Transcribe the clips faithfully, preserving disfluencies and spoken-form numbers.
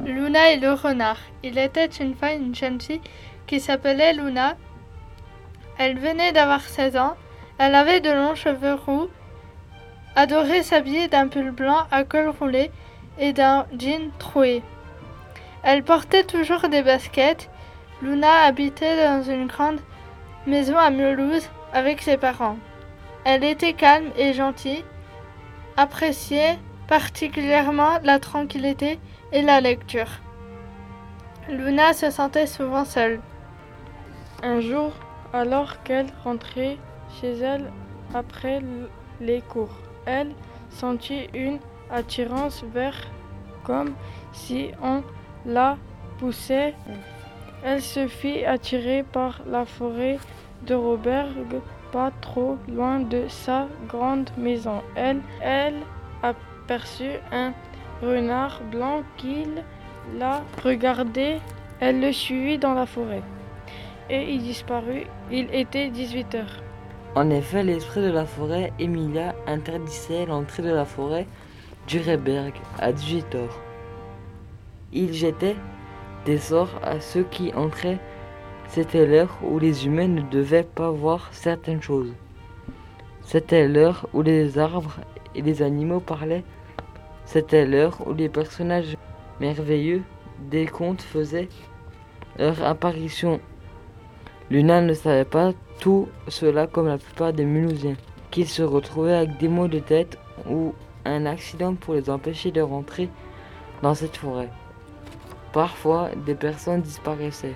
Luna et le renard. Il était une fois une jeune fille qui s'appelait Luna. Elle venait d'avoir seize ans. Elle avait de longs cheveux roux, adorait s'habiller d'un pull blanc à col roulé et d'un jean troué. Elle portait toujours des baskets. Luna habitait dans une grande maison à Mulhouse avec ses parents. Elle était calme et gentille, appréciait particulièrement la tranquillité et la lecture. Luna se sentait souvent seule. Un jour, alors qu'elle rentrait chez elle après les cours, elle sentit une attirance vers, comme si on la poussait. Elle se fit attirer par la forêt de Roberge, pas trop loin de sa grande maison. Elle, elle aperçut un renard blanc qui la regardait. Elle le suivit dans la forêt et il disparut. Il était dix-huit heures. En effet, l'esprit de la forêt, Emilia, interdisait l'entrée de la forêt du Roberge à dix-huit heures. Il jetait des sorts à ceux qui entraient. C'était l'heure où les humains ne devaient pas voir certaines choses. C'était l'heure où les arbres et les animaux parlaient. C'était l'heure où les personnages merveilleux des contes faisaient leur apparition. Luna ne savait pas tout cela comme la plupart des Mulhousiens, qui se retrouvaient avec des maux de tête ou un accident pour les empêcher de rentrer dans cette forêt. Parfois, des personnes disparaissaient.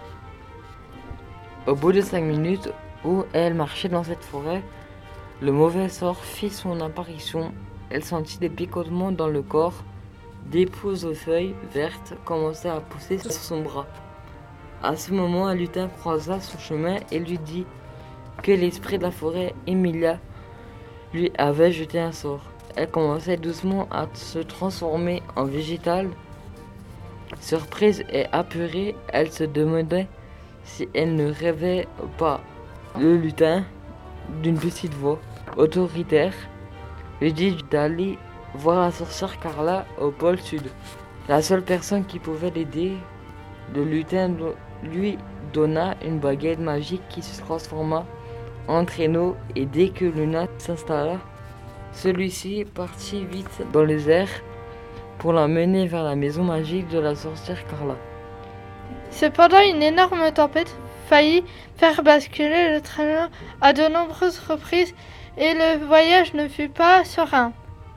Au bout de cinq minutes où elle marchait dans cette forêt, le mauvais sort fit son apparition. Elle sentit des picotements dans le corps. Des pousses de feuilles vertes commençaient à pousser sur son bras. À ce moment, un lutin croisa son chemin et lui dit que l'esprit de la forêt, Emilia, lui avait jeté un sort. Elle commençait doucement à se transformer en végétale. Surprise et apeurée, elle se demandait si elle ne rêvait pas. Le lutin, d'une petite voix autoritaire, lui dit d'aller voir la sorcière Carla au pôle sud. La seule personne qui pouvait l'aider, le lutin lui donna une baguette magique qui se transforma en traîneau, et dès que Luna s'installa, celui-ci partit vite dans les airs pour la mener vers la maison magique de la sorcière Carla. Cependant, une énorme tempête faillit faire basculer le traîneau à de nombreuses reprises et le voyage ne fut pas serein.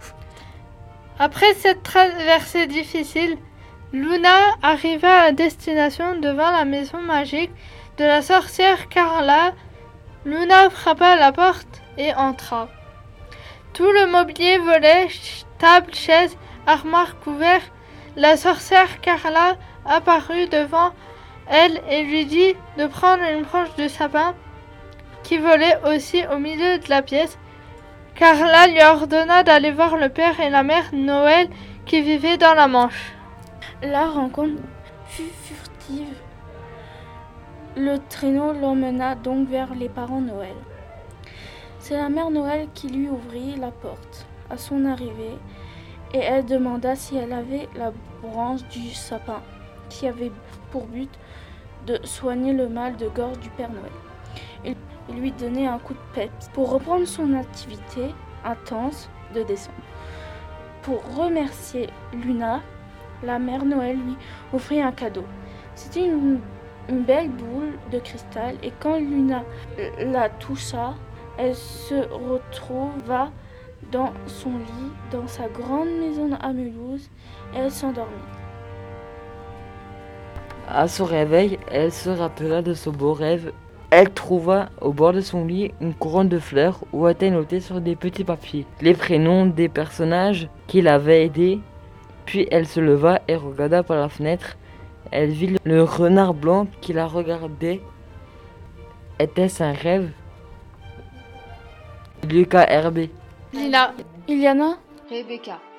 Après cette traversée difficile, Luna arriva à destination devant la maison magique de la sorcière Carla. Luna frappa à la porte et entra. Tout le mobilier volait, tables, chaises, armoires, couverts. La sorcière Carla apparut devant elle et lui dit de prendre une branche de sapin qui volait aussi au milieu de la pièce. Carla lui ordonna d'aller voir le père et la mère Noël qui vivaient dans la Manche. La rencontre fut furtive. Le traîneau l'emmena donc vers les parents Noël. C'est la mère Noël qui lui ouvrit la porte à son arrivée et elle demanda si elle avait la branche du sapin qui avait pour but de soigner le mal de gorge du Père Noël. Il lui donnait un coup de peps pour reprendre son activité intense de décembre. Pour remercier Luna, la mère Noël lui offrit un cadeau. C'était une, une belle boule de cristal et quand Luna la toucha, elle se retrouva dans son lit, dans sa grande maison à Mulhouse, et elle s'endormit. À son réveil, elle se rappela de son beau rêve. Elle trouva au bord de son lit une couronne de fleurs où étaient notés sur des petits papiers les prénoms des personnages qui l'avaient aidée. Puis elle se leva et regarda par la fenêtre. Elle vit le renard blanc qui la regardait. Était-ce un rêve? Lucas R B. Lila. Iliana. Rebecca.